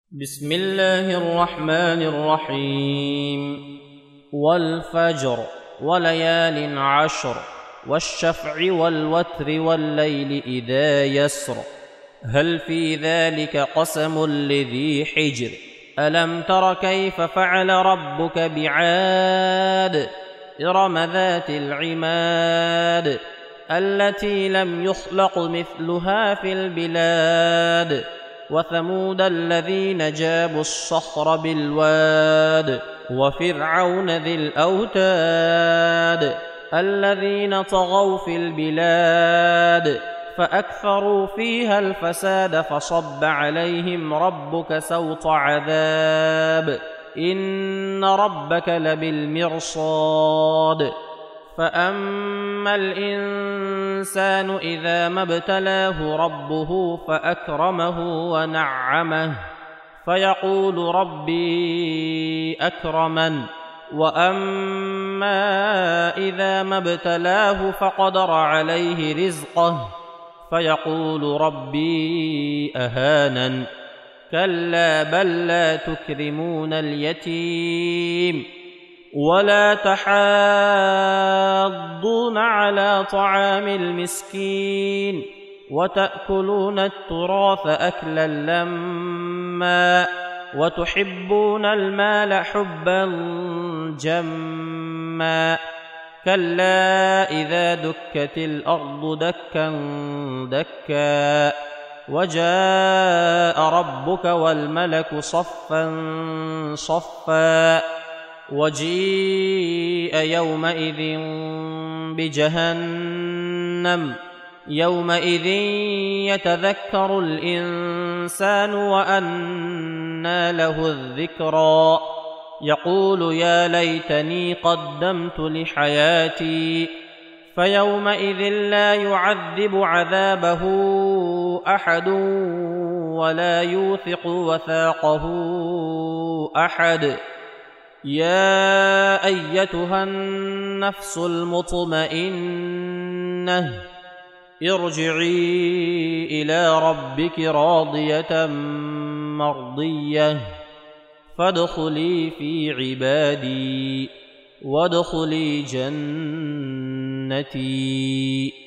بسم الله الرحمن الرحيم والفجر وليال عشر والشفع والوتر والليل إذا يسر هل في ذلك قسم لذي حجر ألم تر كيف فعل ربك بعاد إرم ذات العماد التي لم يخلق مثلها في البلاد وثمود الذين جابوا الصخر بالواد وفرعون ذي الأوتاد الذين طغوا في البلاد فأكثروا فيها الفساد فصب عليهم ربك سوط عذاب إن ربك لبالمرصاد فأما الإنسان إذا ما ابتلاه ربه فأكرمه ونعمه فيقول ربي أكرمن وأما إذا ما ابتلاه فقدر عليه رزقه فيقول ربي أهانن كلا بل لا تكرمون اليتيم ولا تحاضون على طعام المسكين وتأكلون التراث أكلا لما وتحبون المال حبا جما كلا إذا دكت الأرض دكا دكا وجاء ربك والملك صفا صفا وجيء يومئذ بجهنم يومئذ يتذكر الإنسان وأنى له الذكرى يقول يا ليتني قدمت لحياتي فيومئذ لا يعذب عذابه أحد ولا يوثق وثاقه أحد يا أيتها النفس المطمئنة ارجعي إلى ربك راضية مرضية فادخلي في عبادي وادخلي جنتي.